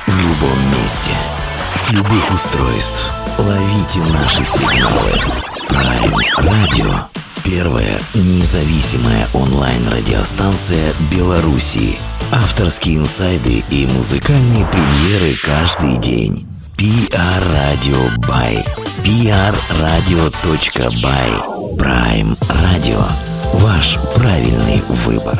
В любом месте, с любых устройств. Ловите наши сигналы. Prime Radio. Первая независимая онлайн-радиостанция Беларуси. Авторские инсайды и музыкальные премьеры каждый день. PR Radio by prradio.by. Prime Radio. Ваш правильный выбор.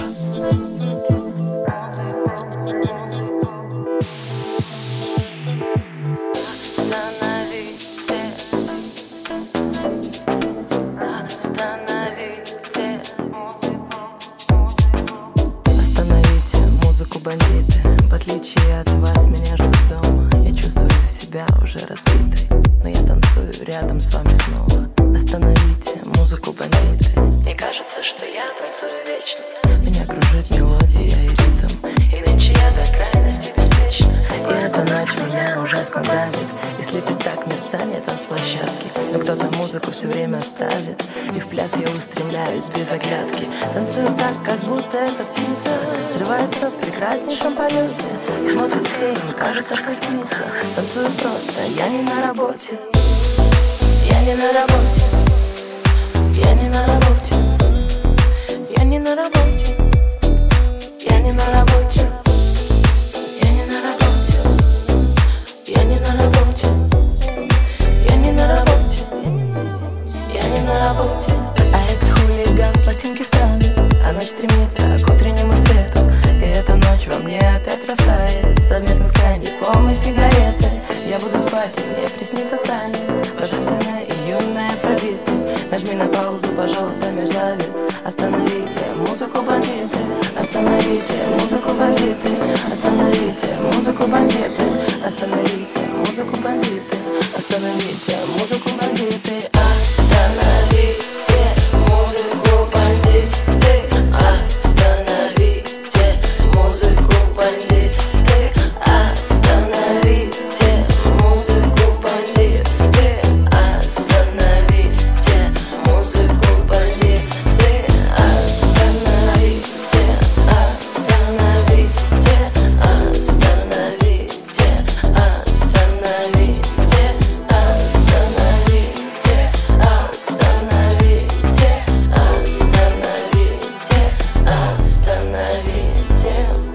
Бандиты, в отличие от вас, меня ждут дома. Я чувствую себя уже разбитой, но я танцую рядом с вами снова. Остановите музыку, бандиты. Мне кажется, что я танцую вечно. Меня кружит мелодия и ритм, и нынче я до крайности беспечна. И эта ночь меня ужасно давит, и слепит так мерцание танцплощадки. Но кто-то музыку все время ставит, и в пляс я устремляюсь без оглядки. Танцую так, как будто это птица срывается в прекраснейшем полете. Смотрят все, им кажется, что снится. Танцую просто, я не на работе. Я не на работе. Я не на работе. Я не на работе. Я не на работе. Я не на работе. Я не на работе. Я не на работе. Я не на работе. А этот хулиган пластинки ставит, а ночь стремится к утреннему свету. И эта ночь во мне опять растает, совместно с коньяком и сигаретой. Я буду спать, и мне приснится танец, божественная и юная Афродита. Нажми на паузу, пожалуйста, мерзавец. Остановите музыку, бандиты. Остановите музыку, бандиты. Остановите музыку, бандиты. Остановите музыку, бандиты. Остановите музыку, бандиты. Остановите музыку, бандиты. Остановите музыку, бандиты. Остановите музыку, бандиты. Остановите музыку, бандиты. Остановите, остановите, остановите, остановите, остановите, остановите, остановите,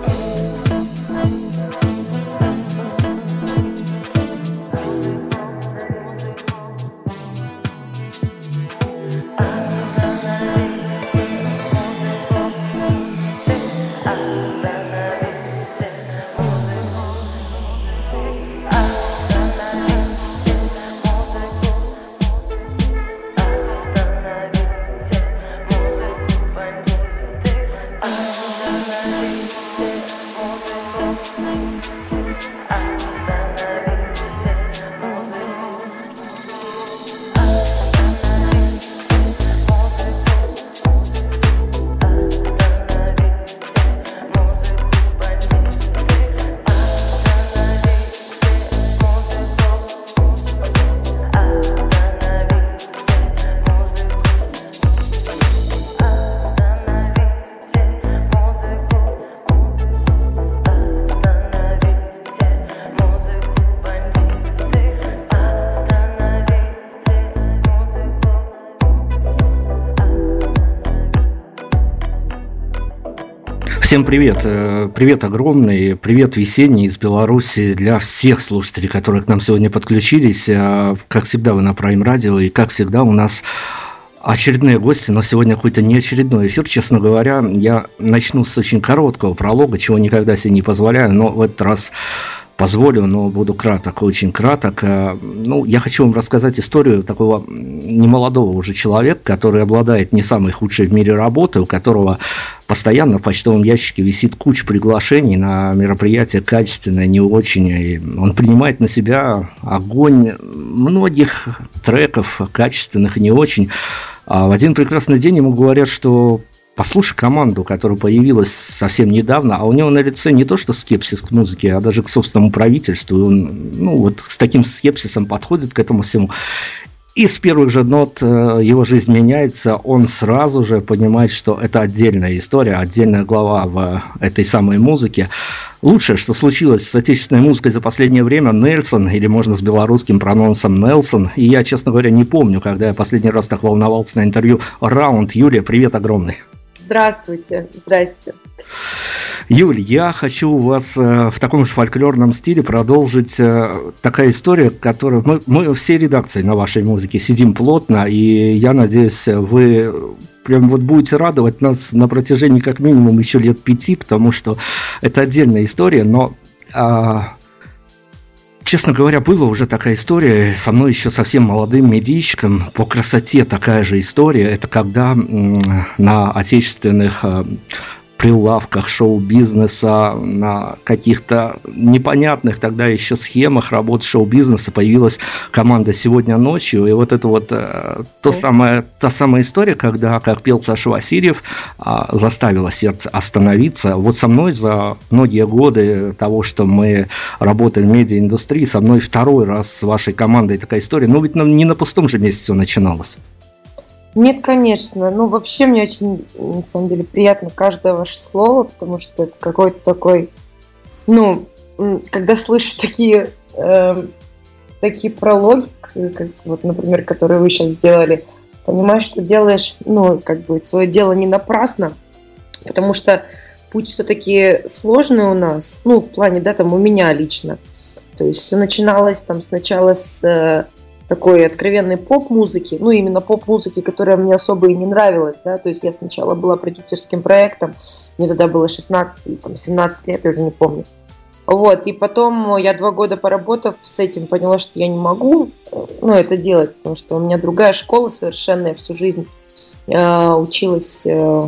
Всем привет, привет огромный, привет весенний из Беларуси для всех слушателей, которые к нам сегодня подключились. Как всегда, вы на Prime Radio, и как всегда у нас очередные гости, но сегодня какой-то неочередной эфир, честно говоря. Я начну с очень короткого пролога, чего никогда себе не позволяю, но в этот раз позволю, но буду краток, очень краток. Ну, я хочу вам рассказать историю такого немолодого уже человека, который обладает не самой худшей в мире работой, у которого постоянно в почтовом ящике висит куча приглашений на мероприятия качественные, не очень. И он принимает на себя огонь многих треков, качественных и не очень. А в один прекрасный день ему говорят, что послушай команду, которая появилась совсем недавно, а у него на лице не то что скепсис к музыке, а даже к собственному правительству. И он, ну, вот с таким скепсисом подходит к этому всему. И с первых же нот его жизнь меняется, он сразу же понимает, что это отдельная история, отдельная глава в этой самой музыке. Лучшее, что случилось с отечественной музыкой за последнее время, Нельсон, или можно с белорусским прононсом Нелсон. И я, честно говоря, не помню, когда я последний раз так волновался на интервью. Раунд. Юлия, привет огромный. Здравствуйте, здрасте. Юль, я хочу у вас в таком же фольклорном стиле продолжить такая история, которую мы всей редакцией на вашей музыке сидим плотно, и я надеюсь, вы прям вот будете радовать нас на протяжении как минимум еще лет 5, потому что это отдельная история, но... Честно говоря, была уже такая история со мной еще совсем молодым медийщиком. По красоте такая же история. Это когда на отечественных прилавках шоу-бизнеса, на каких-то непонятных тогда еще схемах работы шоу-бизнеса появилась команда «Сегодня ночью». И вот это вот та самая история, когда, как пел Саша Васильев, заставила сердце остановиться. Вот со мной за многие годы того, что мы работаем в медиаиндустрии, со мной второй раз с вашей командой такая история. Ну ведь не на пустом же месте все начиналось. Нет, конечно. Ну, вообще мне очень, на самом деле, приятно каждое ваше слово, потому что это какой-то такой, ну, когда слышишь такие прологи, как вот, например, которые вы сейчас сделали, понимаешь, что делаешь, ну, как бы свое дело не напрасно, потому что путь все-таки сложный у нас, ну, в плане, да, там, у меня лично. То есть все начиналось там сначала с такой откровенной поп-музыки, ну, именно поп-музыки, которая мне особо и не нравилась, да, то есть я сначала была продюсерским проектом, мне тогда было 16 или там, 17 лет, я уже не помню. Вот, и потом я 2 года поработав с этим, поняла, что я не могу, ну, это делать, потому что у меня другая школа совершенно, я всю жизнь училась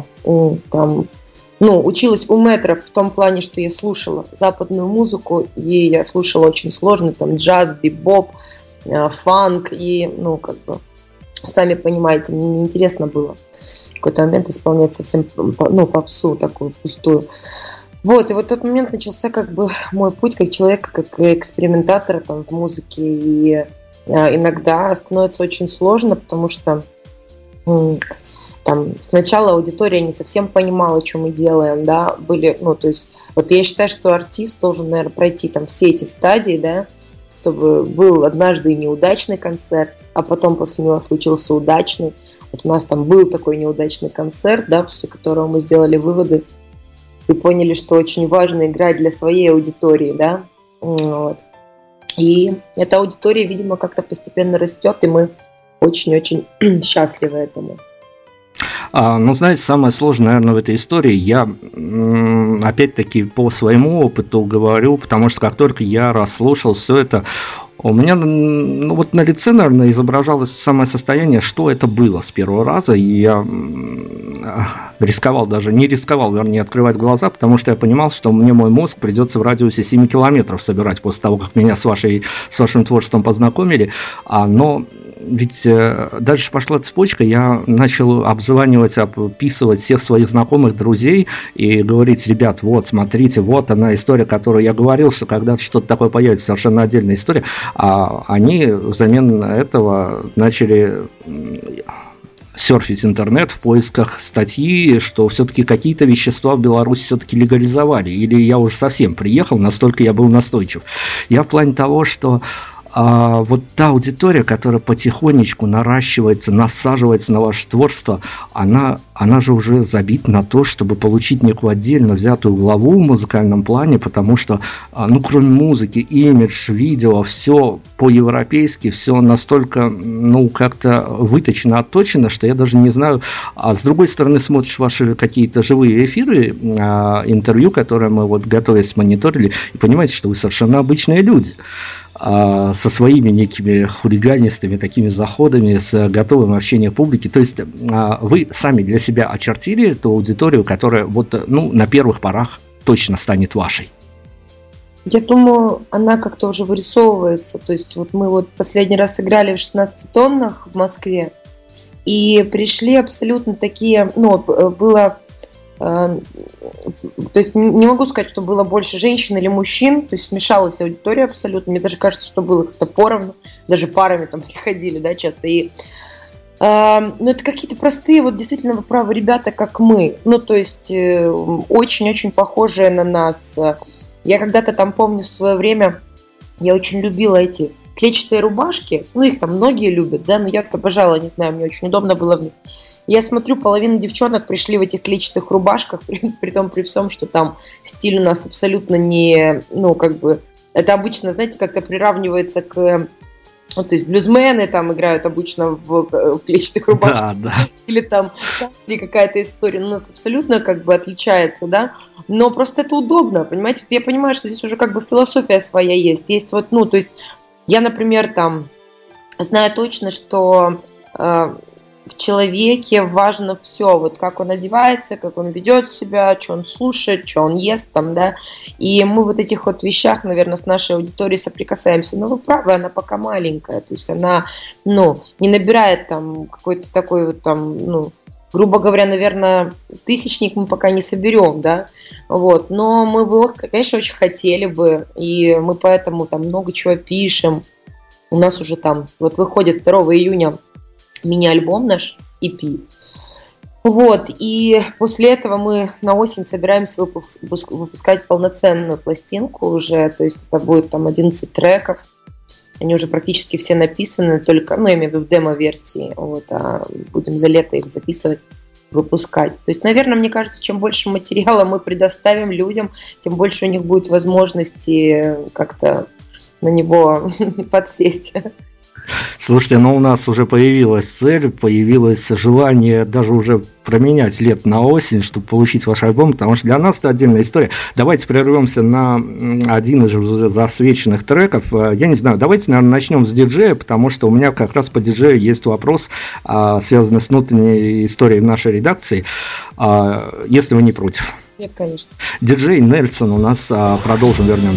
училась у мэтров в том плане, что я слушала западную музыку, и я слушала очень сложный там джаз, бибоп, фанк, и, ну, как бы, сами понимаете, мне неинтересно было в какой-то момент исполнять совсем, ну, попсу такую пустую. Вот, и вот тот момент начался как бы мой путь как человека, как экспериментатора там в музыке, и иногда становится очень сложно, потому что там сначала аудитория не совсем понимала, что мы делаем, да, были, ну, то есть, вот я считаю, что артист должен, наверное, пройти там все эти стадии, да, чтобы был однажды и неудачный концерт, а потом после него случился удачный. Вот у нас там был такой неудачный концерт, да, после которого мы сделали выводы и поняли, что очень важно играть для своей аудитории, да, вот. И эта аудитория, видимо, как-то постепенно растет, и мы очень-очень счастливы этому. Ну, знаете, самое сложное, наверное, в этой истории, я опять-таки по своему опыту говорю, потому что как только я расслушал все это, у меня, ну, вот на лице, наверное, изображалось самое состояние, что это было с первого раза, и я не рисковал, вернее, открывать глаза, потому что я понимал, что мне мой мозг придется в радиусе 7 километров собирать после того, как меня с вашим творчеством познакомили, но ведь дальше пошла цепочка, я начал обзванивать, описывать всех своих знакомых, друзей и говорить: ребят, вот, смотрите, вот она история, которую я говорил, что когда-то что-то такое появится, совершенно отдельная история, а они взамен этого начали серфить интернет в поисках статьи, что все-таки какие-то вещества в Беларуси все-таки легализовали, или я уже совсем приехал, настолько я был настойчив. Я в плане того, что вот та аудитория, которая потихонечку наращивается, насаживается на ваше творчество, она же уже забита на то, чтобы получить некую отдельно взятую главу в музыкальном плане, потому что, ну, кроме музыки, имидж, видео, все по-европейски, все настолько, ну, как-то выточено, отточено, что я даже не знаю. А с другой стороны, смотришь ваши какие-то живые эфиры, интервью, которые мы вот готовясь мониторили, и понимаете, что вы совершенно обычные люди, со своими некими хулиганистыми такими заходами, с готовым общением публики. То есть вы сами для себя очертили ту аудиторию, которая вот, ну, на первых порах точно станет вашей? Я думаю, она как-то уже вырисовывается. То есть вот мы вот последний раз играли в 16 тоннах в Москве, и пришли абсолютно такие, ну, было то есть не могу сказать, что было больше женщин или мужчин, то есть смешалась аудитория абсолютно. Мне даже кажется, что было как-то поровну, даже парами там приходили, да, часто. И ну, это какие-то простые, вот действительно, вы правы, ребята, как мы. Ну, то есть очень-очень похожие на нас. Я когда-то там помню в свое время, я очень любила эти клетчатые рубашки. Ну, их там многие любят, да, но я-то обожала, не знаю, мне очень удобно было в них. Я смотрю, половина девчонок пришли в этих клетчатых рубашках, при том, при всем, что там стиль у нас абсолютно не, ну, как бы, это обычно, знаете, как-то приравнивается к... Вот, то есть блюзмены там играют обычно в клетчатых рубашках, да. Или там или какая-то история, у нас абсолютно как бы отличается, да, но просто это удобно, понимаете, вот я понимаю, что здесь уже как бы философия своя есть вот, ну, то есть я, например, там знаю точно, что в человеке важно все, вот как он одевается, как он ведет себя, что он слушает, что он ест там, да, и мы вот этих вот вещах, наверное, с нашей аудиторией соприкасаемся, но вы правы, она пока маленькая, то есть она, ну, не набирает там какой-то такой вот там, ну, грубо говоря, наверное, тысячник мы пока не соберем, да, вот, но мы бы, конечно, очень хотели бы, и мы поэтому там много чего пишем, у нас уже там, вот выходит 2 июня мини-альбом наш, EP. Вот, и после этого мы на осень собираемся выпускать полноценную пластинку уже, то есть это будет там 11 треков, они уже практически все написаны, только, ну, я имею в виду в демо-версии, вот, а будем за лето их записывать, выпускать. То есть, наверное, мне кажется, чем больше материала мы предоставим людям, тем больше у них будет возможности как-то на него подсесть. Слушайте, ну у нас уже появилась цель, появилось желание даже уже променять лето на осень, чтобы получить ваш альбом, потому что для нас это отдельная история. Давайте прервемся на один из уже засвеченных треков. Я не знаю, давайте, наверное, начнем с диджея, потому что у меня как раз по диджею есть вопрос, связанный с внутренней историей нашей редакции, если вы не против. Нет, конечно. Диджей Нельсон у нас, продолжим, вернемся.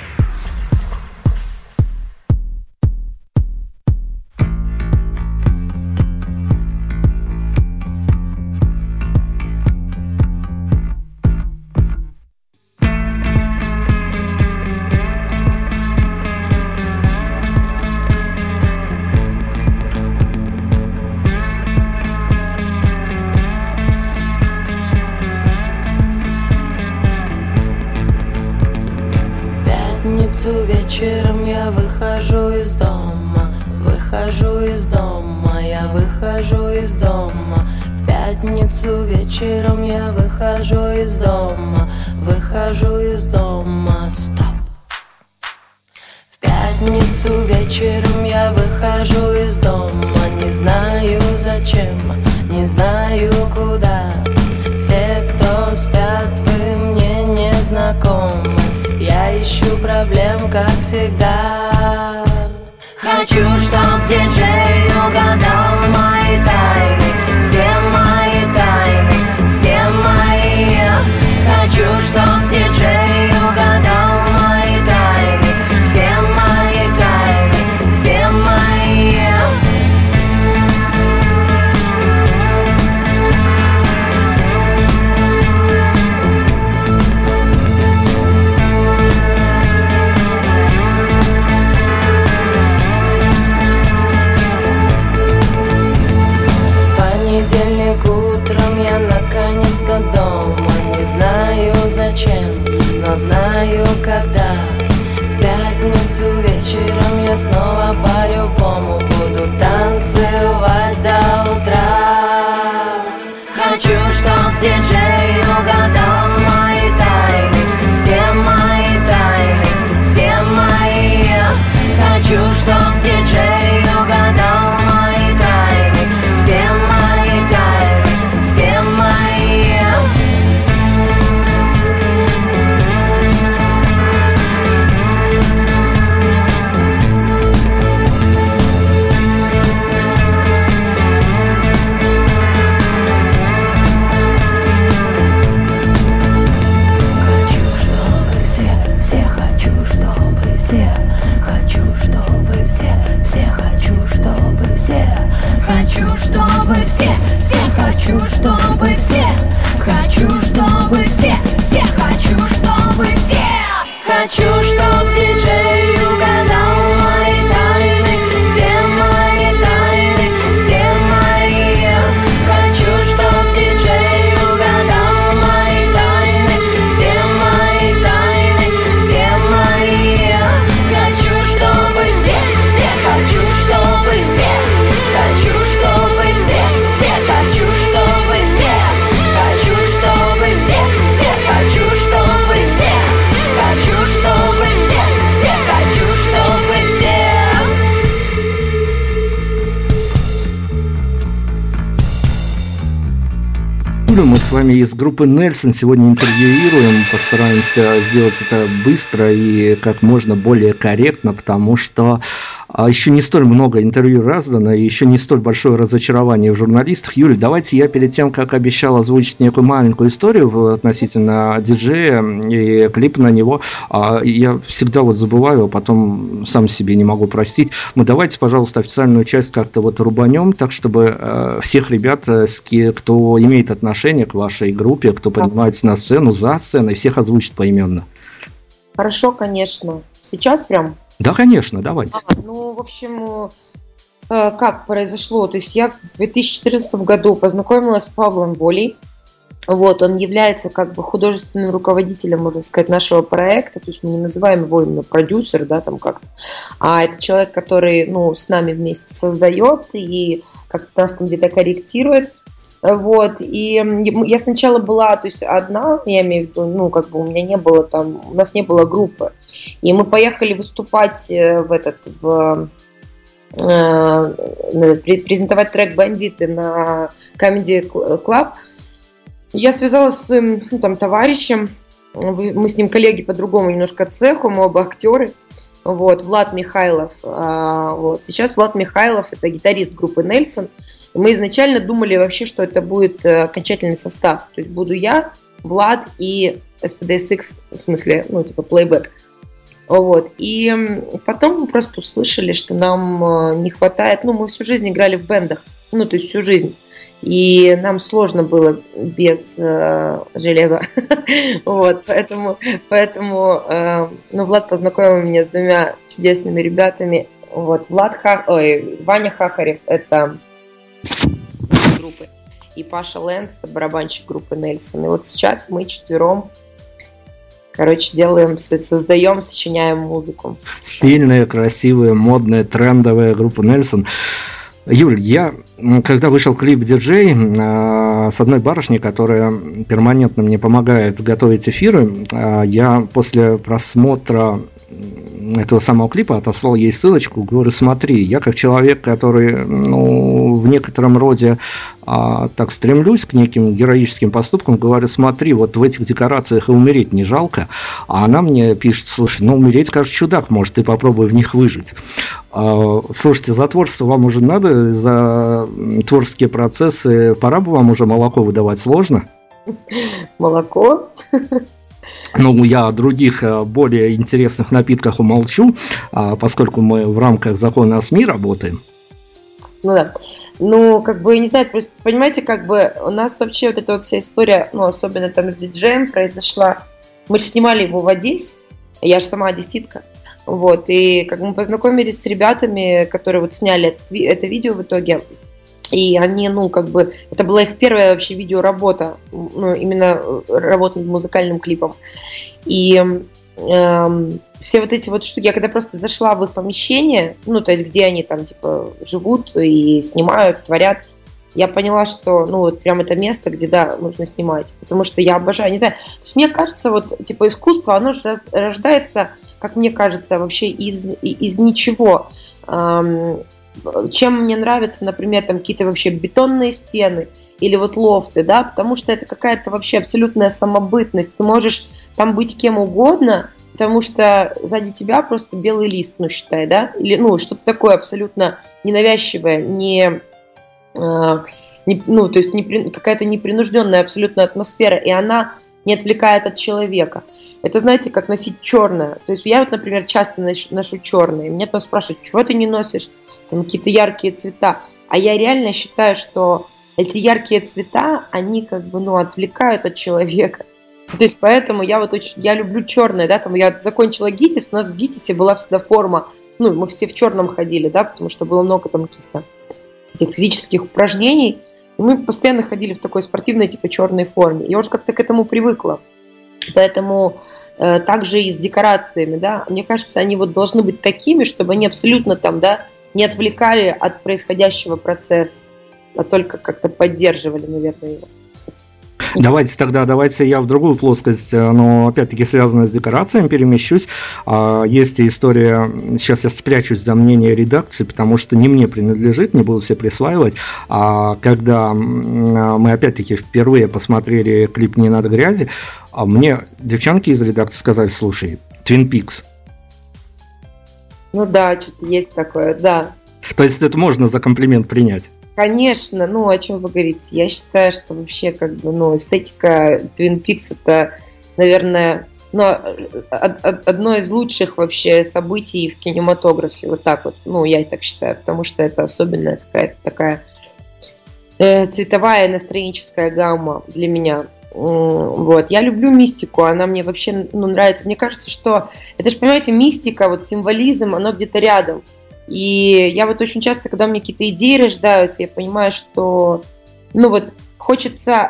Вечером я выхожу из дома, я выхожу из дома. В пятницу вечером я выхожу из дома, стоп. В пятницу вечером я выхожу из дома, не знаю зачем, не знаю куда. Все, кто спят, вы мне не знакомы. Я ищу проблем, как всегда. Хочу, чтоб диджей угадал мои тайны, все мои тайны, все мои. Хочу, чтоб диджей угадал мои тайны, все мои тайны, все мои. Утром я наконец-то дома. Не знаю зачем, но знаю когда. В пятницу вечером я снова по-любому буду танцевать до утра. Хочу, чтоб диджей угадал мои тайны, все мои тайны, все мои. Хочу, чтоб диджей угадал мои тайны, все мои тайны, все мои. Хочу, чтобы все, хочу, чтобы все, хочу, чтобы все, хочу, чтобы все, хочу, чтобы все, хочу, Хочу, чтоб диджей угадал мои тайны, все мои тайны, все мои. Хочу, чтоб диджей угадал мои тайны, все мои тайны, все мои. Хочу, чтобы все, хочу, чтобы все, хочу, чтобы все, хочу, чтобы все, хочу, чтобы все, хочу, чтобы все, хочу, чтобы все, хочу, чтобы все. Мы с вами из группы Нельсон сегодня интервьюируем, постараемся сделать это быстро и как можно более корректно, потому что еще не столь много интервью раздано, и еще не столь большое разочарование в журналистах. Юль, давайте я перед тем, как обещал озвучить некую маленькую историю относительно диджея и клип на него, я всегда вот забываю, а потом сам себе не могу простить. Мы давайте, пожалуйста, официальную часть как-то вот рубанем, так чтобы всех ребят, кто имеет отношение к вашей группе, кто поднимается на сцену, за сценой, всех озвучит поименно. Хорошо, конечно. Сейчас прям? Да, конечно, давайте. В общем, как произошло? То есть я в 2014 году познакомилась с Павлом Волей. Вот, он является как бы художественным руководителем, можно сказать, нашего проекта. То есть мы не называем его именно продюсер, да, там как-то. А это человек, который, с нами вместе создает и как-то нас там где-то корректирует. Вот, и я сначала была, то есть одна, я имею в виду, у меня не было там, у нас не было группы. И мы поехали выступать презентовать трек «Бандиты» на Comedy Club. Я связалась с товарищем, мы с ним коллеги по другому немножко цеху, мы оба актеры. Вот, Влад Михайлов. Вот. Сейчас Влад Михайлов – это гитарист группы Нельсон. Мы изначально думали вообще, что это будет окончательный состав. То есть буду я, Влад и SPDSX, в смысле, плейбэк. Вот. И потом мы просто услышали, что нам не хватает. Мы всю жизнь играли в бэндах, то есть всю жизнь. И нам сложно было без железа. Вот, поэтому Влад познакомил меня с двумя чудесными ребятами. Вот, Ваня Хахарев – это группы, и Паша Лэнс – это барабанщик группы Нельсон. И вот сейчас мы четвером, создаем, сочиняем музыку. Стильная, красивая, модная, трендовая группа Нельсон. Юль, я, когда вышел клип «Диджей», с одной барышней, которая перманентно мне помогает готовить эфиры, я после просмотра этого самого клипа отослал ей ссылочку, говорю, смотри, я как человек, который, в некотором роде так стремлюсь к неким героическим поступкам, говорю, смотри, вот в этих декорациях и умереть не жалко, а она мне пишет, слушай, умереть, кажется, чудак может, ты попробуй в них выжить. Слушайте, за творчество вам уже надо, за творческие процессы пора бы вам уже молоко выдавать, сложно? Молоко? Я о других более интересных напитках умолчу, поскольку мы в рамках закона о СМИ работаем. Да. Не знаю, просто, понимаете, у нас вообще вот эта вот вся история, особенно там с диджеем произошла. Мы же снимали его в Одессе, я же сама одесситка. Вот, и мы познакомились с ребятами, которые вот сняли это видео в итоге. И они, это была их первая вообще видеоработа, именно работа над музыкальным клипом. И все вот эти вот штуки, я когда просто зашла в их помещение, то есть где они там, живут и снимают, творят, я поняла, что, прям это место, где, да, нужно снимать. Потому что я обожаю, не знаю, то есть мне кажется, искусство, оно же рождается, как мне кажется, вообще из ничего. Чем мне нравятся, например, там какие-то вообще бетонные стены или вот лофты, да, потому что это какая-то вообще абсолютная самобытность. Ты можешь там быть кем угодно, потому что сзади тебя просто белый лист, считай, да, или, что-то такое абсолютно ненавязчивое, какая-то непринужденная абсолютно атмосфера, и она не отвлекает от человека. Это, знаете, как носить черное. То есть я например, часто ношу черное, и меня там спрашивают, чего ты не носишь там какие-то яркие цвета. А я реально считаю, что эти яркие цвета, они отвлекают от человека. То есть поэтому я люблю черное, да, там я закончила ГИТИС, у нас в ГИТИСе была всегда форма, ну, мы все в черном ходили, да, потому что было много там каких-то этих физических упражнений, и мы постоянно ходили в такой спортивной, типа, черной форме. Я уже как-то к этому привыкла. Поэтому также и с декорациями, да, мне кажется, они вот должны быть такими, чтобы они абсолютно там, да, не отвлекали от происходящего процесса, а только как-то поддерживали, наверное, его. Давайте я в другую плоскость, но опять-таки связанная с декорациями, перемещусь. Есть история, сейчас я спрячусь за мнение редакции, потому что не мне принадлежит, не буду себе присваивать. Когда мы опять-таки впервые посмотрели клип «Не надо грязи», мне девчонки из редакции сказали: слушай, Twin Peaks. Ну да, что-то есть такое, да. То есть это можно за комплимент принять? Конечно, ну о чем вы говорите? Я считаю, что вообще как бы, ну, эстетика Twin Peaks это, наверное, ну, одно из лучших вообще событий в кинематографе. Вот так вот, ну, я так считаю, потому что это особенная какая-то такая цветовая настроенческая гамма для меня. Вот. Я люблю мистику, она мне вообще, ну, нравится. Мне кажется, что это же, понимаете, мистика, вот символизм, оно где-то рядом. И я вот очень часто, когда у меня какие-то идеи рождаются, я понимаю, что, ну вот, хочется,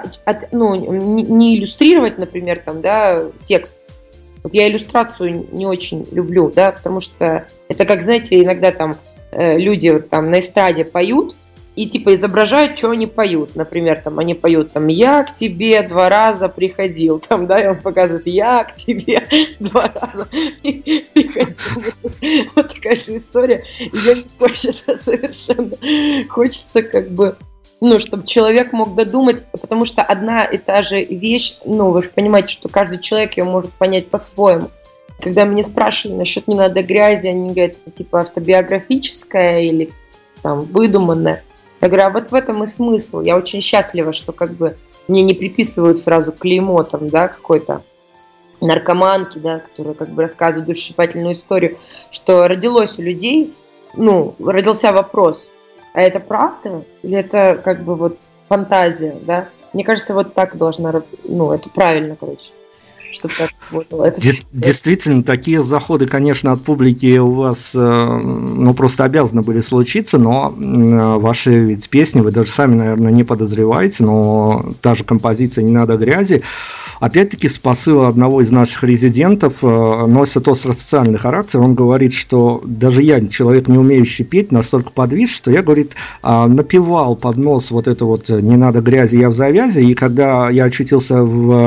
не иллюстрировать, например, там, да, текст. Вот я иллюстрацию не очень люблю, да, потому что это как, знаете, иногда там люди вот там на эстраде поют и типа изображают, что они поют. Например, там они поют там «Я к тебе 2 раза приходил», там, да, и он показывает «Я к тебе 2 раза приходил». Вот такая же история. И я не хочется совершенно. Хочется как бы, ну, чтобы человек мог додумать, потому что одна и та же вещь, ну, вы же понимаете, что каждый человек ее может понять по-своему. Когда меня спрашивали насчет «Не надо грязи», они говорят, типа автобиографическая или там выдуманная. Я говорю, а вот в этом и смысл. Я очень счастлива, что как бы мне не приписывают сразу клеймо там, да, какой-то наркоманки, да, которая как бы рассказывает душещипательную историю, что родилось у людей, ну, родился вопрос, а это правда или это как бы вот фантазия, да? Мне кажется, вот так должна, ну, это правильно, короче, чтобы так работало. Действительно, такие заходы, конечно, от публики у вас, ну, просто обязаны были случиться, но ваши ведь песни вы даже сами, наверное, не подозреваете, но та же композиция «Не надо грязи», опять-таки с посыла одного из наших резидентов, носит остро-социальный характер. Он говорит, что даже я, человек, не умеющий петь, настолько подвис, что я, говорит, напевал под нос вот это вот «Не надо грязи, я в завязи», и когда я очутился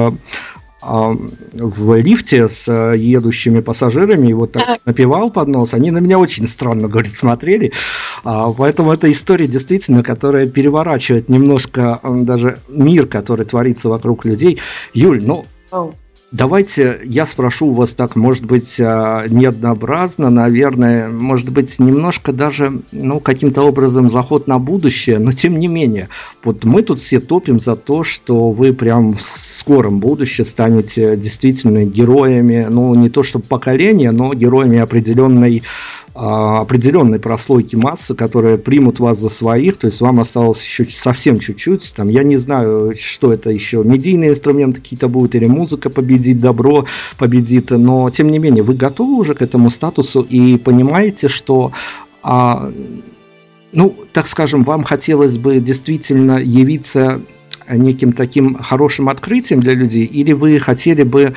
в лифте с едущими пассажирами и вот так напевал под нос, они на меня очень странно, говорит, смотрели. Поэтому эта история действительно, которая переворачивает немножко даже мир, который творится вокруг людей. Юль, ну, давайте я спрошу у вас так, может быть, неоднообразно, наверное, может быть, немножко даже, ну, каким-то образом заход на будущее, но тем не менее, вот мы тут все топим за то, что вы прям в скором будущем станете действительно героями, ну, не то чтобы поколения, но героями определенной прослойки массы, которые примут вас за своих, то есть вам осталось еще совсем чуть-чуть, там, я не знаю, что это еще, медийные инструменты какие-то будут, или музыка победит, добро победит, но, тем не менее, вы готовы уже к этому статусу и понимаете, что, ну, так скажем, вам хотелось бы действительно явиться неким таким хорошим открытием для людей, или вы хотели бы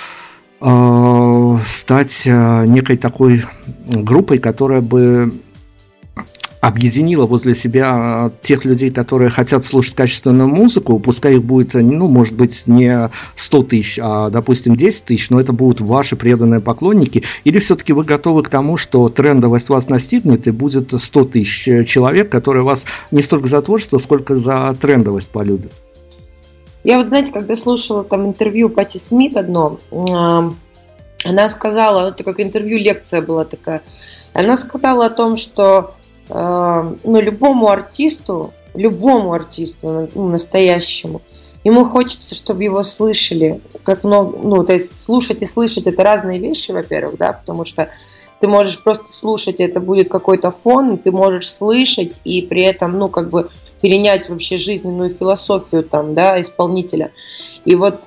стать некой такой группой, которая бы объединила возле себя тех людей, которые хотят слушать качественную музыку, пускай их будет, ну, может быть, не 100 тысяч, а, допустим, 10 тысяч, но это будут ваши преданные поклонники, или все-таки вы готовы к тому, что трендовость вас настигнет и будет 100 тысяч человек, которые вас не столько за творчество, сколько за трендовость полюбят? Я вот, знаете, когда слушала там интервью Патти Смит одно, она сказала, это как интервью, лекция была такая, она сказала о том, что ну, любому артисту, ну, настоящему, ему хочется, чтобы его слышали, как много, ну, то есть слушать и слышать это разные вещи, во-первых, да, потому что ты можешь просто слушать, это будет какой-то фон, ты можешь слышать и при этом, ну, как бы перенять вообще жизненную философию там, да, исполнителя. И вот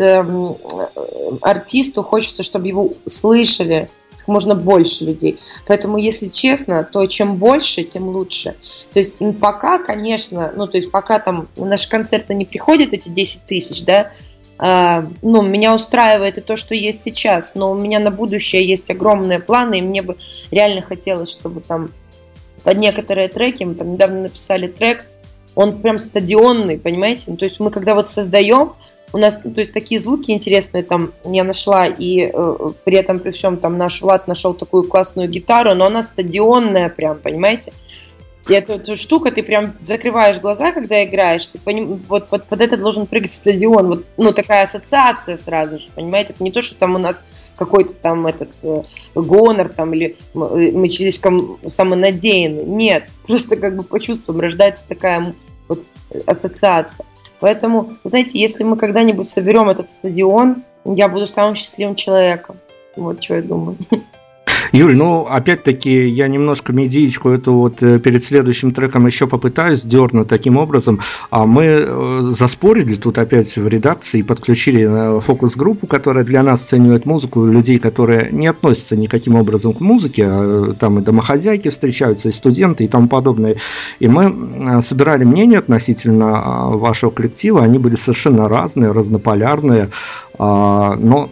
артисту хочется, чтобы его слышали как можно больше людей. Поэтому, если честно, то чем больше, тем лучше. То есть пока, конечно, то есть пока там на наши концерты не приходят эти 10 тысяч, да, меня устраивает и то, что есть сейчас, но у меня на будущее есть огромные планы, и мне бы реально хотелось, чтобы там под некоторые треки, мы там недавно написали трек, он прям стадионный, понимаете? То есть мы когда вот создаем, у нас, то есть такие звуки интересные там я нашла, и при этом при всем там наш Влад нашел такую классную гитару, но она стадионная прям, понимаете? И эту штуку ты прям закрываешь глаза, когда играешь, ты вот под это должен прыгать стадион, вот, такая ассоциация сразу же, понимаете? Это не то, что там у нас какой-то там этот гонор там, или мы слишком самонадеянны, нет, просто как бы по чувствам рождается такая вот ассоциация. Поэтому, знаете, если мы когда-нибудь соберем этот стадион, я буду самым счастливым человеком, вот что я думаю. Юль, опять-таки, я немножко медиечку эту вот перед следующим треком еще попытаюсь дернуть таким образом. Мы заспорили тут опять в редакции и подключили фокус-группу, которая для нас оценивает музыку, людей, которые не относятся никаким образом к музыке, там и домохозяйки встречаются, и студенты, и тому подобное. И мы собирали мнения относительно вашего коллектива, они были совершенно разные, разнополярные, но...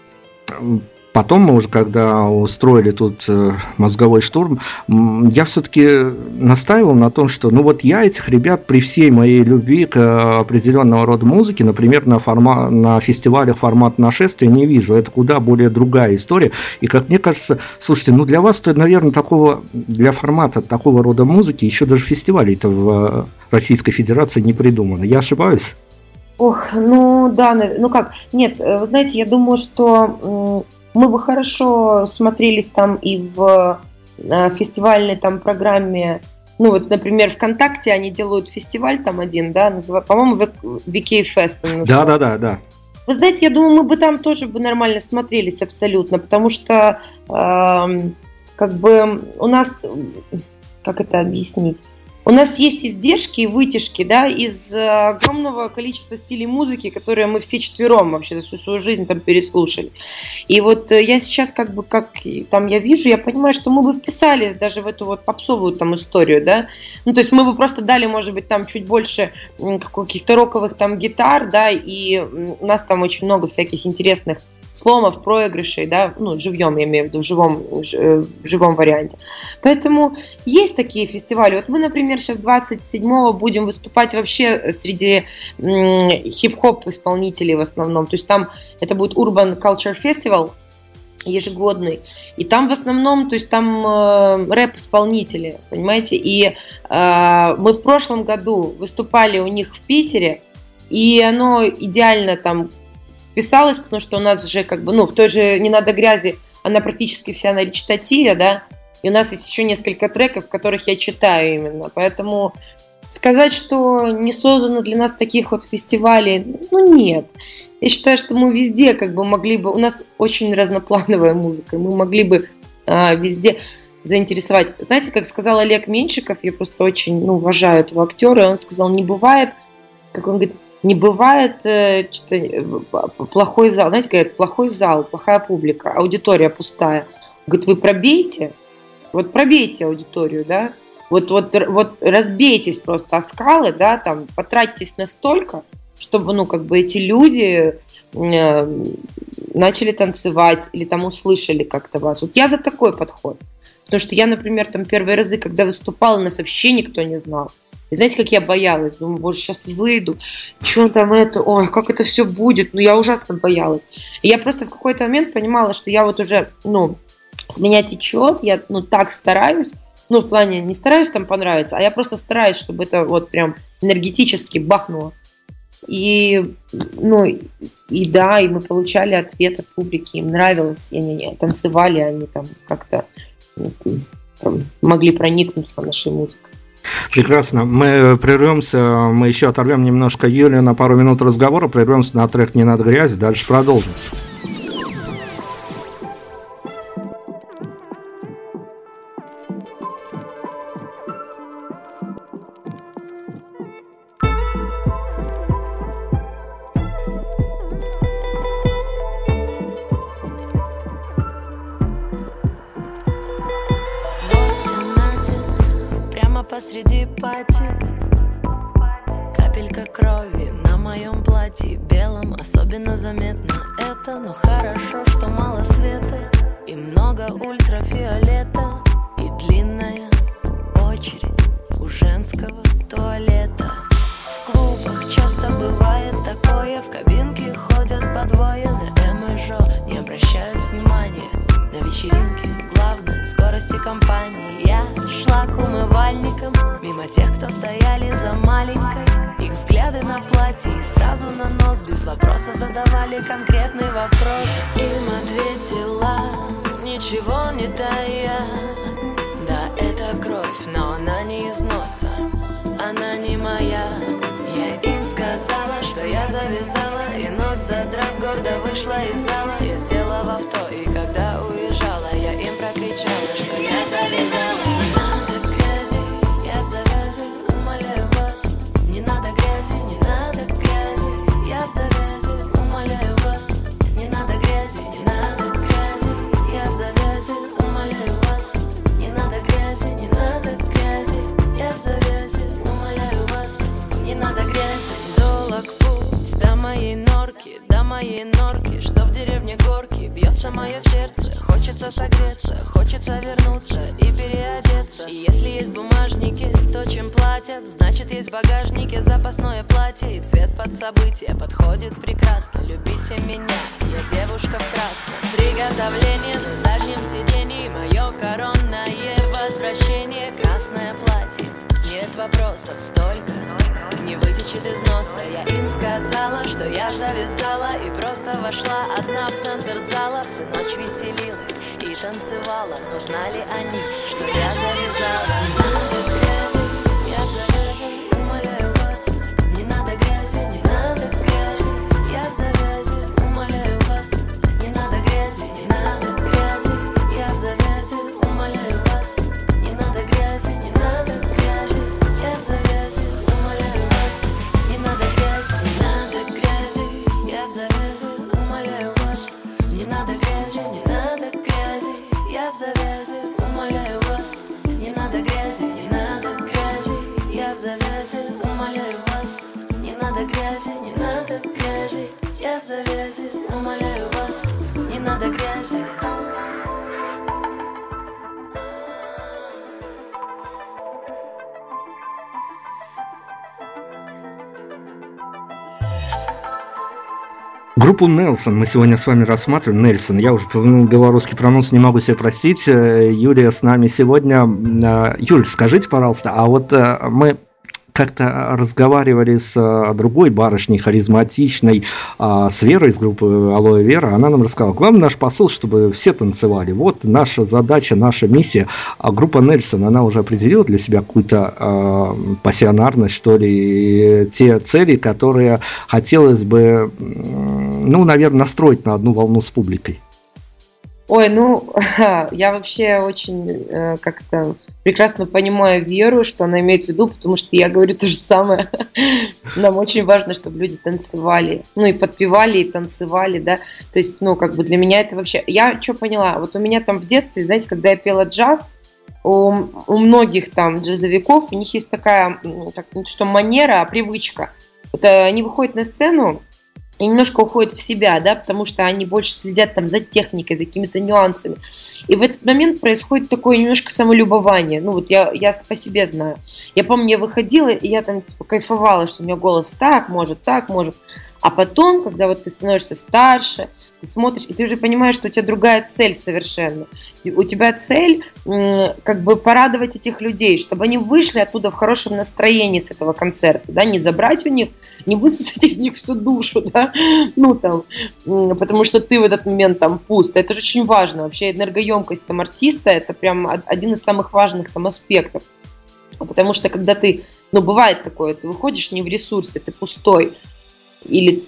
Потом мы уже, когда устроили тут мозговой штурм, я все-таки настаивал на том, что я этих ребят при всей моей любви к определенного рода музыке, например, на фестивалях формат нашествия не вижу. Это куда более другая история. И, как мне кажется, слушайте, для вас, наверное, для формата такого рода музыки еще даже фестивалей-то в Российской Федерации не придумано. Я ошибаюсь? Ох, да, нет, вы знаете, я думаю, что... мы бы хорошо смотрелись там и в фестивальной там программе. Например, ВКонтакте они делают фестиваль там один, да, по-моему, VK Fest. Да. Вы знаете, я думаю, мы бы там тоже бы нормально смотрелись абсолютно, потому что у нас, как это объяснить? У нас есть издержки и вытяжки, да, из огромного количества стилей музыки, которые мы все четвером вообще за всю свою жизнь там переслушали. И вот я сейчас как там я вижу, я понимаю, что мы бы вписались даже в эту вот попсовую там историю, да. То есть мы бы просто дали, может быть, там чуть больше каких-то роковых там гитар, да, и у нас там очень много всяких интересных сломов, проигрышей, да, живьем, я имею в виду, в живом варианте. Поэтому есть такие фестивали. Вот мы, например, сейчас 27-го будем выступать вообще среди хип-хоп исполнителей в основном. То есть там это будет Urban Culture Festival ежегодный. И там в основном, то есть там рэп-исполнители, понимаете? И мы в прошлом году выступали у них в Питере, и оно идеально там писалось, потому что у нас же в той же «Не надо грязи» она практически вся на речитативе, да, и у нас есть еще несколько треков, в которых я читаю именно, поэтому сказать, что не создано для нас таких вот фестивалей, нет. Я считаю, что мы везде могли бы, у нас очень разноплановая музыка, мы могли бы везде заинтересовать. Знаете, как сказал Олег Меньшиков, я просто очень уважаю этого актера, он сказал, не бывает, как он говорит, не бывает плохой зал. Знаете, говорят, плохой зал, плохая публика, аудитория пустая. Говорит, вы пробейте аудиторию, да, вот разбейтесь просто о скалы, да, там, потратьтесь настолько, чтобы, эти люди начали танцевать или там услышали как-то вас. Вот я за такой подход. Потому что я, например, там первые разы, когда выступала, нас вообще никто не знал. И знаете, как я боялась? Думаю, боже, сейчас выйду, что там ой, как это все будет? Я ужасно боялась. И я просто в какой-то момент понимала, что я вот уже, с меня течет, я, так стараюсь, в плане не стараюсь там понравиться, а я просто стараюсь, чтобы это вот прям энергетически бахнуло. И да, и мы получали ответ от публики, им нравилось, и они танцевали, они там как-то могли проникнуться нашей музыкой. Прекрасно. Мы прервемся, мы еще оторвем немножко Юлию на пару минут разговора, прервемся на трек «Не надо грязи», дальше продолжим. посреди пати. Капелька крови на моем платье белом, особенно заметно это. Но хорошо, что мало света и много ультрафиолета, и длинная очередь у женского туалета. В клубах часто бывает такое, в кабинке ходят по двое. На М и Жо не обращают внимания на вечеринке главной скорости компании. Я шла к умывальникам мимо тех, кто стояли за маленькой. Их взгляды на платье и сразу на нос без вопроса задавали конкретный вопрос. Им ответила, ничего не тая. Да, это кровь, но она не из носа, она не моя. Я им сказала, что я завязала, и нос задрав гордо вышла из зала. Я села в авто, и когда уезжала, я им прокричала, что я завязала. Не надо грязи, я в завязи, умоляю вас. Не надо грязи, не надо грязи, я в завязи, умоляю вас. Не надо грязи, не надо грязи, я в завязи, умоляю вас. Не надо грязи, не надо грязи, я в завязи, умоляю вас. Не надо грязи. Долог путь до моей норки, что в деревне горки. Бьется мое сердце, хочется согреться, хочется вернуться и переодеться. И если есть бумажники, то чем платят, значит есть в багажнике запасное платье. И цвет под события подходит прекрасно. Любите меня, я девушка в красном. Приготовление на заднем сиденье, мое коронное возвращение. Красное платье, нет вопросов столько, не вытечет из носа. Я им сказала, что я завязала, и просто вошла одна в центр зала. Всю ночь веселилась и танцевала, но знали они, что я завязала. Не надо грязи, я в завязи, умоляю вас. Не надо грязи, не надо грязи, я в завязи, умоляю вас. Не надо грязи, не надо грязи, я в завязи, умоляю вас. Не надо грязи, не надо грязи, я в завязи, умоляю вас. Не надо грязи, не надо грязи, я в завязи, умоляю вас. Не надо грязи, не надо грязи, я в завязи, умоляю вас. Не надо грязи, не надо грязи, я в завязи, умоляю вас. Не надо грязи, не надо грязи, я в завязи, умоляю вас. Не надо грязи. Группу Нельсон мы сегодня с вами рассматриваем. Нельсон, я уже белорусский прононс не могу себе простить. Юлия с нами сегодня. Юль, скажите, пожалуйста, а вот мы как-то разговаривали с другой барышней, харизматичной, с Верой из группы Алоэ Вера. Она нам рассказала, главный наш посыл, чтобы все танцевали. Вот наша задача, наша миссия. А группа Нельсон, она уже определила для себя какую-то пассионарность, что ли, те цели, которые хотелось бы, ну, наверное, настроить на одну волну с публикой. Ой, я вообще очень как-то прекрасно понимаю Веру, что она имеет в виду, потому что я говорю то же самое. Нам очень важно, чтобы люди танцевали, и подпевали, и танцевали, да. То есть, для меня это вообще... Я что поняла? Вот у меня там в детстве, знаете, когда я пела джаз, у многих там джазовиков, у них есть такая, не что манера, а привычка. Вот они выходят на сцену, и немножко уходят в себя, да, потому что они больше следят там за техникой, за какими-то нюансами. И в этот момент происходит такое немножко самолюбование. Я по себе знаю. Я помню, я выходила, и я там кайфовала, что у меня голос так может. А потом, когда вот ты становишься старше, ты смотришь, и ты уже понимаешь, что у тебя другая цель совершенно. У тебя цель порадовать этих людей, чтобы они вышли оттуда в хорошем настроении с этого концерта, да, не забрать у них, не высосать из них всю душу, да, потому что ты в этот момент там пуст. Это же очень важно. Вообще энергоемкость там артиста, это прям один из самых важных там аспектов. Потому что когда ты, бывает такое, ты выходишь не в ресурсе, ты пустой, или,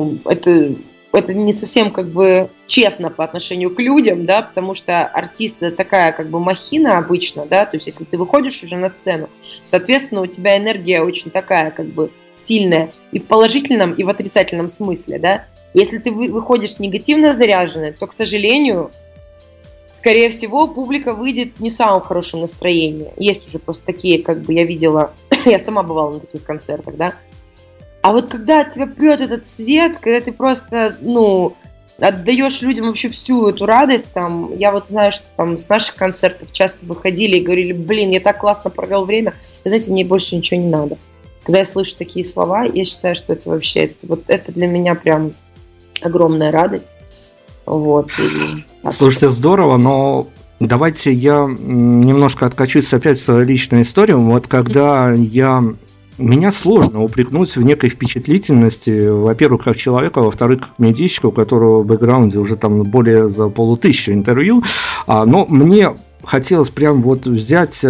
это не совсем честно по отношению к людям, да, потому что артист это такая махина обычно, да, то есть если ты выходишь уже на сцену, соответственно, у тебя энергия очень такая сильная и в положительном, и в отрицательном смысле, да. Если ты выходишь негативно заряженный, то, к сожалению, скорее всего, публика выйдет не в самом хорошем настроении. Есть уже просто такие, как бы я видела, я сама бывала на таких концертах, да. А вот когда от тебя прет этот свет, когда ты просто, отдаешь людям вообще всю эту радость, там, я вот знаю, что там с наших концертов часто выходили и говорили, блин, я так классно провел время, вы знаете, мне больше ничего не надо. Когда я слышу такие слова, я считаю, что это вообще, это для меня прям огромная радость. Вот. Слушайте, здорово, но давайте я немножко откачусь опять в свою личную историю. Вот когда меня сложно упрекнуть в некой впечатлительности, во-первых, как человека, во-вторых, как медийщика, у которого в бэкграунде уже там более за 500 интервью, но мне хотелось прям вот взять...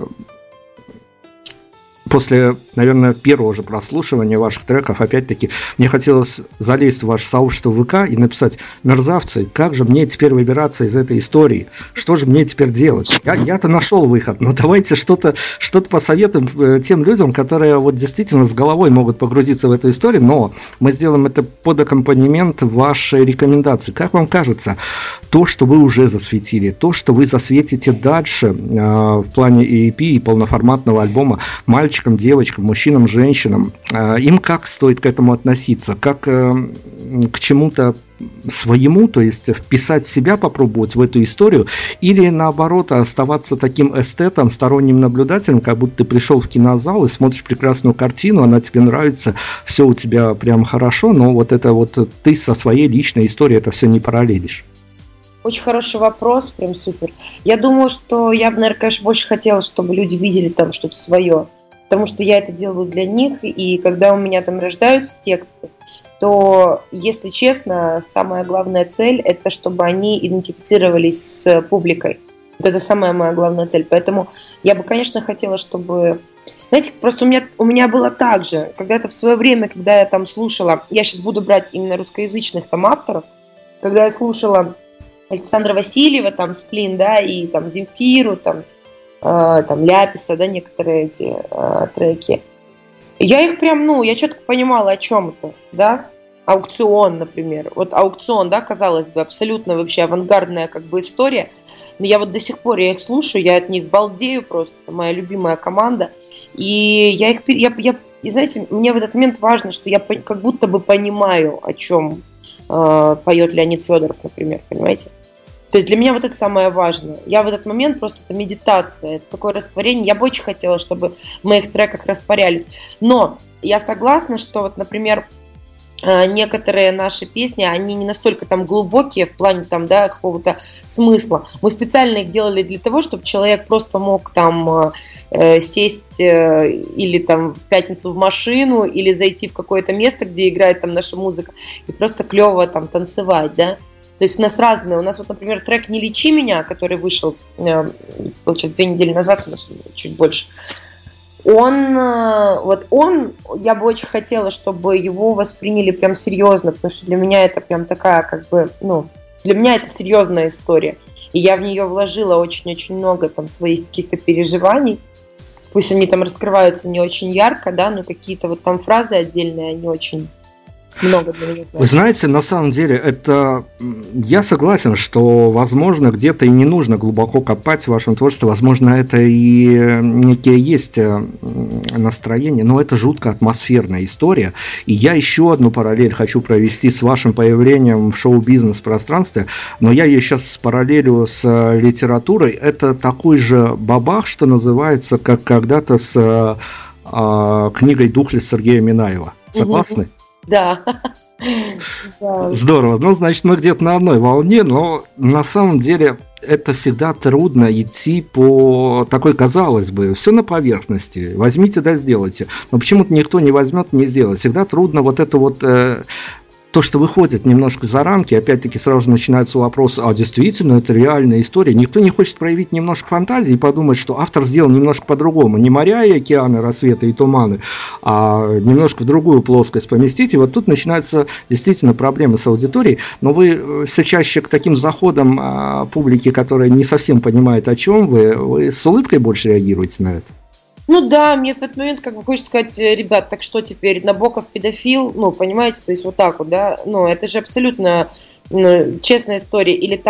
После, наверное, первого же прослушивания ваших треков, опять-таки, мне хотелось залезть в ваше сообщество ВК и написать: мерзавцы, как же мне теперь выбираться из этой истории? Что же мне теперь делать? Я-то нашел выход, но давайте что-то посоветуем тем людям, которые вот действительно с головой могут погрузиться в эту историю, но мы сделаем это под аккомпанемент вашей рекомендации. Как вам кажется, то, что вы уже засветили, то, что вы засветите дальше в плане EP и полноформатного альбома мальчикам, девочкам, мужчинам, женщинам, им как стоит к этому относиться? Как к чему-то своему, то есть вписать себя, попробовать в эту историю, или наоборот оставаться таким эстетом, сторонним наблюдателем, как будто ты пришел в кинозал и смотришь прекрасную картину, она тебе нравится, все у тебя прям хорошо, но вот это вот ты со своей личной историей это все не параллелишь? Очень хороший вопрос, прям супер. Я думаю, что я бы, наверное, конечно, больше хотела, чтобы люди видели там что-то свое, потому что я это делаю для них, и когда у меня там рождаются тексты, то, если честно, самая главная цель – это чтобы они идентифицировались с публикой. Вот это самая моя главная цель. Поэтому я бы, конечно, хотела, чтобы... Знаете, просто у меня было так же, когда-то в свое время, когда я там слушала, я сейчас буду брать именно русскоязычных там авторов, когда я слушала Александра Васильева, там, Сплин, да, и там Земфиру, там Ляписа, да, некоторые эти треки. Я их прям, я четко понимала, о чем это, да. Аукцион, например. Вот Аукцион, да, казалось бы, абсолютно вообще авангардная как бы история. Но я вот до сих пор я их слушаю, я от них балдею просто, это моя любимая команда. И и знаете, мне в этот момент важно, что я как будто бы понимаю, о чем поет Леонид Федоров, например, понимаете? То есть для меня вот это самое важное. Я в этот момент просто, это медитация, это такое растворение. Я бы очень хотела, чтобы в моих треках растворялись. Но я согласна, что вот, например, некоторые наши песни, они не настолько там глубокие в плане там, да, какого-то смысла. Мы специально их делали для того, чтобы человек просто мог там сесть или там в пятницу в машину, или зайти в какое-то место, где играет там наша музыка, и просто клево там танцевать, да. То есть у нас разные. У нас вот, например, трек «Не лечи меня», который вышел, получается, 2 недели назад, у нас чуть больше. Я бы очень хотела, чтобы его восприняли прям серьезно, потому что для меня это прям такая, как бы, для меня это серьезная история. И я в нее вложила очень-очень много там своих каких-то переживаний. Пусть они там раскрываются не очень ярко, да, но какие-то вот там фразы отдельные, они очень... много для меня значит. Вы знаете, на самом деле, это я согласен, что, возможно, где-то и не нужно глубоко копать в вашем творчестве, возможно, это и некие есть настроение, но это жутко атмосферная история. И я еще одну параллель хочу провести с вашим появлением в шоу-бизнес-пространстве, но я ее сейчас параллелю с литературой. Это такой же бабах, что называется, как когда-то с книгой «Духлес» Сергея Минаева. Согласны? Да. Здорово. Ну, значит, мы где-то на одной волне, но на самом деле это всегда трудно идти по такой, казалось бы, все на поверхности. Возьмите да сделайте. Но почему-то никто не возьмет, не сделает. Всегда трудно вот это вот... То, что выходит немножко за рамки, опять-таки сразу же начинается вопрос, а действительно это реальная история. Никто не хочет проявить немножко фантазии и подумать, что автор сделал немножко по-другому. Не моря и океаны, рассветы и туманы, а немножко в другую плоскость поместить. И вот тут начинаются действительно проблемы с аудиторией. Но вы все чаще к таким заходам публики, которая не совсем понимает, о чем вы с улыбкой больше реагируете на это? Ну да, мне в этот момент как бы хочется сказать, ребят, так что теперь, Набоков педофил, понимаете, то есть вот так вот, да, это же абсолютно честная история, или там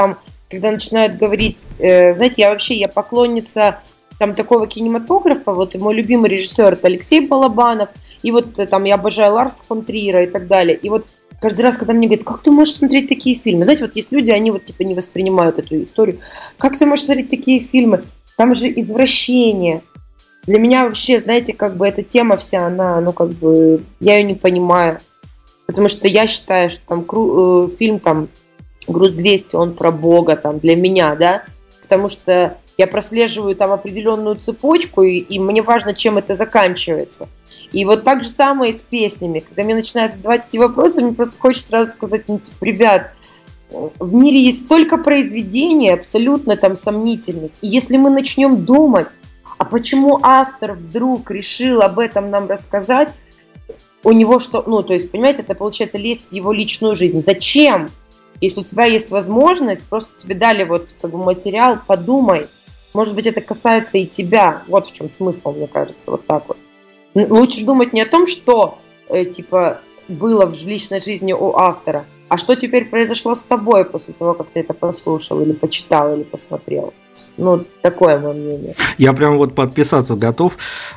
когда начинают говорить, знаете, я поклонница там такого кинематографа, вот мой любимый режиссер это Алексей Балабанов, и вот там я обожаю Ларса фон Триера и так далее, и вот каждый раз, когда мне говорят, как ты можешь смотреть такие фильмы, знаете, вот есть люди, они вот типа не воспринимают эту историю, как ты можешь смотреть такие фильмы, там же извращение. Для меня вообще, знаете, как бы эта тема вся, она, ну как бы, я ее не понимаю, потому что я считаю, что там фильм там «Груз-200», он про Бога, там, для меня, да, потому что я прослеживаю там определенную цепочку, и мне важно, чем это заканчивается. И вот так же самое и с песнями. Когда мне начинают задавать эти вопросы, мне просто хочется сразу сказать, ну, типа, ребят, в мире есть столько произведений абсолютно там сомнительных. И если мы начнем думать, а почему автор вдруг решил об этом нам рассказать, у него что, ну, то есть, понимаете, это получается лезть в его личную жизнь. Зачем? Если у тебя есть возможность, просто тебе дали вот как бы материал, подумай. Может быть, это касается и тебя. Вот в чем смысл, мне кажется, вот так вот. Лучше думать не о том, что типа было в личной жизни у автора, а что теперь произошло с тобой после того, как ты это послушал, или почитал, или посмотрел. Ну, такое мое мнение. Я прям вот подписаться готов.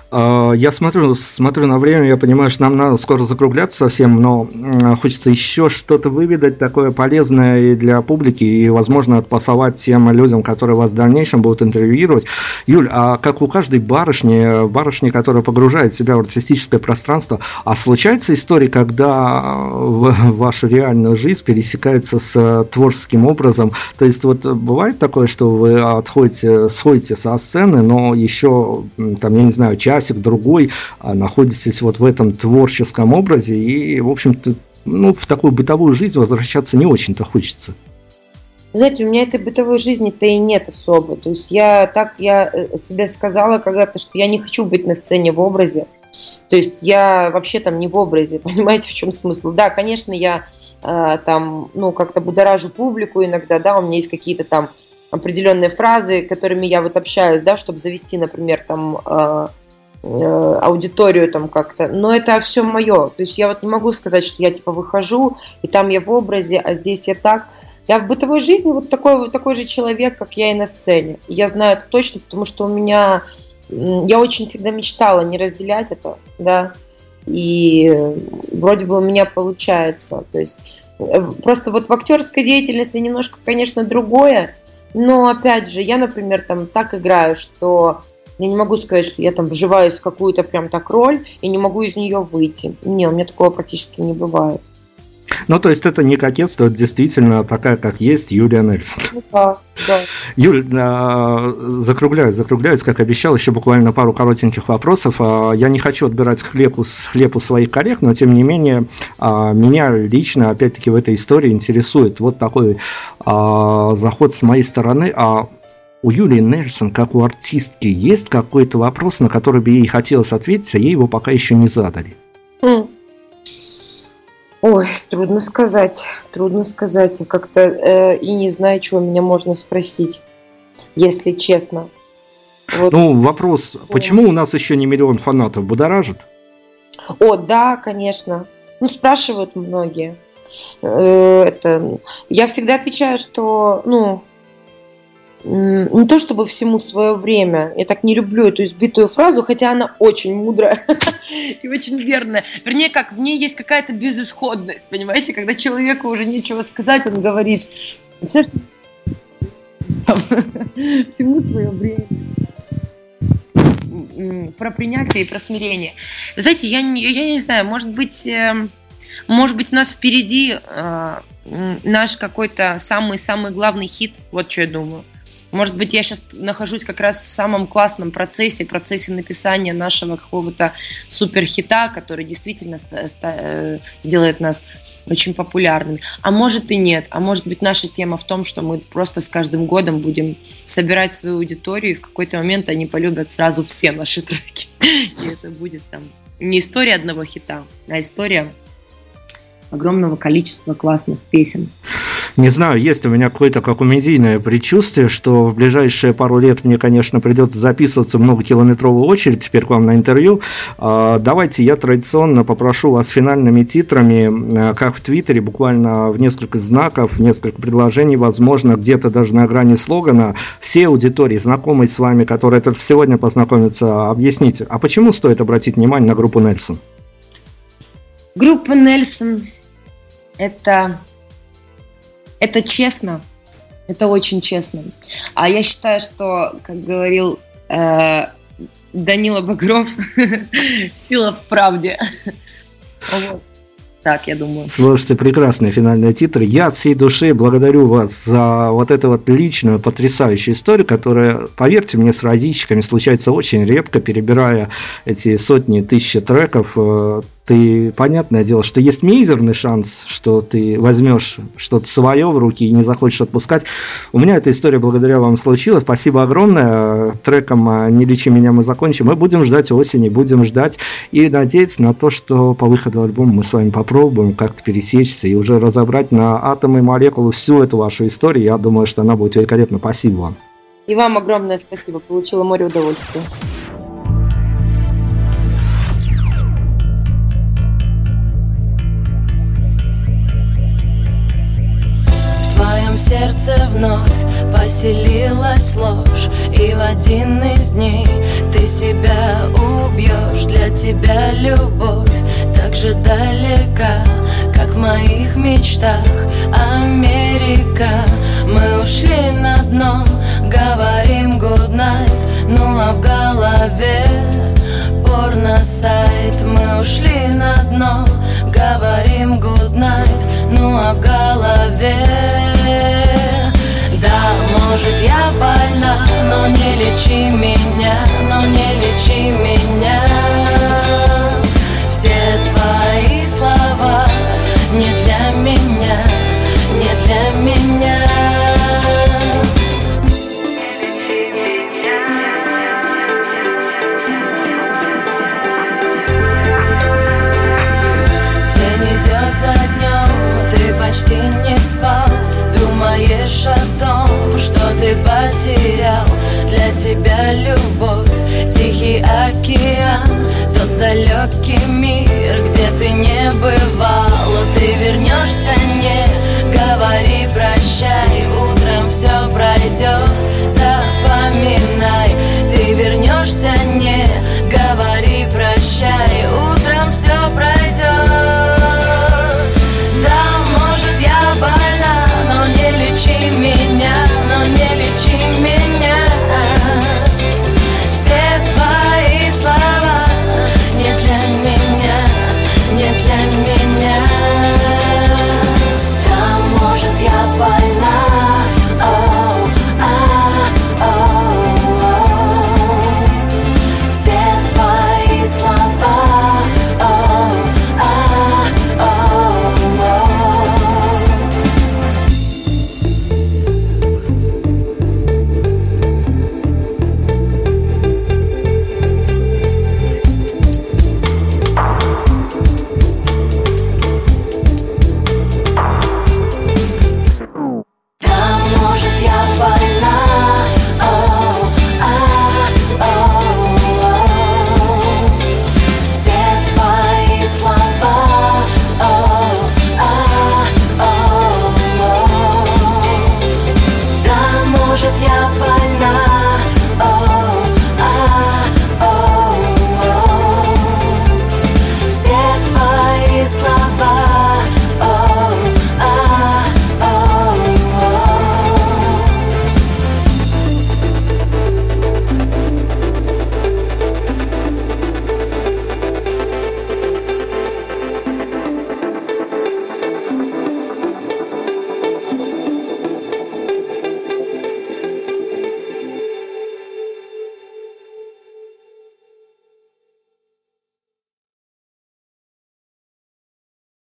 Я смотрю на время, я понимаю, что нам надо скоро закругляться совсем, но хочется еще что-то выведать такое полезное и для публики, и, возможно, отпасовать тем людям, которые вас в дальнейшем будут интервьюировать. Юль, а как у каждой барышни, которая погружает себя в артистическое пространство, а случается история, когда ваша реальная жизнь пересекается с творческим образом? То есть вот бывает такое, что вы сходите со сцены, но еще, там, я не знаю, часик-другой находитесь вот в этом творческом образе, и, в общем-то, ну, в такую бытовую жизнь возвращаться не очень-то хочется. Знаете, у меня этой бытовой жизни-то и нет особо. То есть я себе сказала когда-то, что я не хочу быть на сцене в образе. То есть я вообще там не в образе, понимаете, в чем смысл? Да, конечно, я там, ну, как-то будоражу публику иногда, да, у меня есть какие-то там определенные фразы, которыми я вот общаюсь, да, чтобы завести, например, там аудиторию там как-то, но это все мое, то есть я вот не могу сказать, что я типа выхожу, и там я в образе, а здесь я так. Я в бытовой жизни вот такой же человек, как я и на сцене. И я знаю это точно, потому что я очень всегда мечтала не разделять это, да, и вроде бы у меня получается, то есть просто вот в актерской деятельности немножко, конечно, другое, но опять же, я, например, там так играю, что я не могу сказать, что я там вживаюсь в какую-то прям так роль и не могу из нее выйти. Не, у меня такого практически не бывает. Ну, то есть это не кокетство, это действительно такая, как есть, Юлия Нельсон. Ну, да. Юль, закругляюсь, как обещал, еще буквально пару коротеньких вопросов. Я не хочу отбирать хлеб у своих коллег, но тем не менее меня лично, опять-таки, в этой истории интересует вот такой заход с моей стороны. У Юлии Нельсон, как у артистки, есть какой-то вопрос, на который бы ей хотелось ответить, а ей его пока еще не задали? Ой, трудно сказать. Я как-то и не знаю, чего меня можно спросить, если честно. Вот. Ну, вопрос, почему у нас еще не 1 миллион фанатов, будоражит? О, да, конечно. Ну, спрашивают многие. Я всегда отвечаю, что, не то чтобы всему свое время. Я так не люблю эту избитую фразу, хотя она очень мудрая и очень верная. Вернее, как в ней есть какая-то безысходность, понимаете? Когда человеку уже нечего сказать, он говорит: все, всему свое время. Про принятие и про смирение. Знаете, я не знаю, может быть, у нас впереди наш какой-то самый главный хит. Вот что я думаю. Может быть, я сейчас нахожусь как раз в самом классном процессе написания нашего какого-то суперхита, который действительно сделает нас очень популярными. А может и нет. А может быть, наша тема в том, что мы просто с каждым годом будем собирать свою аудиторию, и в какой-то момент они полюбят сразу все наши треки. И это будет там не история одного хита, а история огромного количества классных песен. Не знаю, есть у меня какое-то комедийное предчувствие, что в ближайшие пару лет мне, конечно, придется записываться в многокилометровую очередь теперь к вам на интервью. Давайте я традиционно попрошу вас финальными титрами, как в Твиттере, буквально в несколько знаков, несколько предложений, возможно, где-то даже на грани слогана, всей аудитории, знакомой с вами, которая только сегодня познакомится, объясните, а почему стоит обратить внимание на группу Нельсон? Группа Нельсон – это честно, это очень честно. А я считаю, что, как говорил Данила Багров, сила в правде. Вот. Так, я думаю. Слушайте, прекрасные финальные титры. Я от всей души благодарю вас за вот эту вот личную, потрясающую историю, которая, поверьте мне, с радищиками случается очень редко, перебирая эти сотни, тысячи треков. Ты, понятное дело, что есть мизерный шанс, что ты возьмешь что-то свое в руки и не захочешь отпускать. У меня эта история благодаря вам случилась. Спасибо огромное. Треком «Не лечи меня» мы закончим. Мы будем ждать осени, будем ждать и надеяться на то, что по выходу альбома мы с вами попробуем как-то пересечься и уже разобрать на атомы и молекулы всю эту вашу историю. Я думаю, что она будет великолепна. Спасибо вам. И вам огромное спасибо. Получила море удовольствия. В сердце вновь поселилась ложь, и в один из дней ты себя убьешь. Для тебя любовь так же далека, как в моих мечтах Америка. Мы ушли на дно, говорим good night, ну а в голове порно-сайт. Мы ушли на дно, говорим good night, ну а в голове. Да, может я больна, но не лечи меня, но не лечи меня. Все твои слова не для меня, не для меня. День идет за днем, ты почти не спал, думаешь о том, что ты потерял. Для тебя любовь, тихий океан, тот далекий мир, где ты не бывал. Ты вернешься, не говори прощай,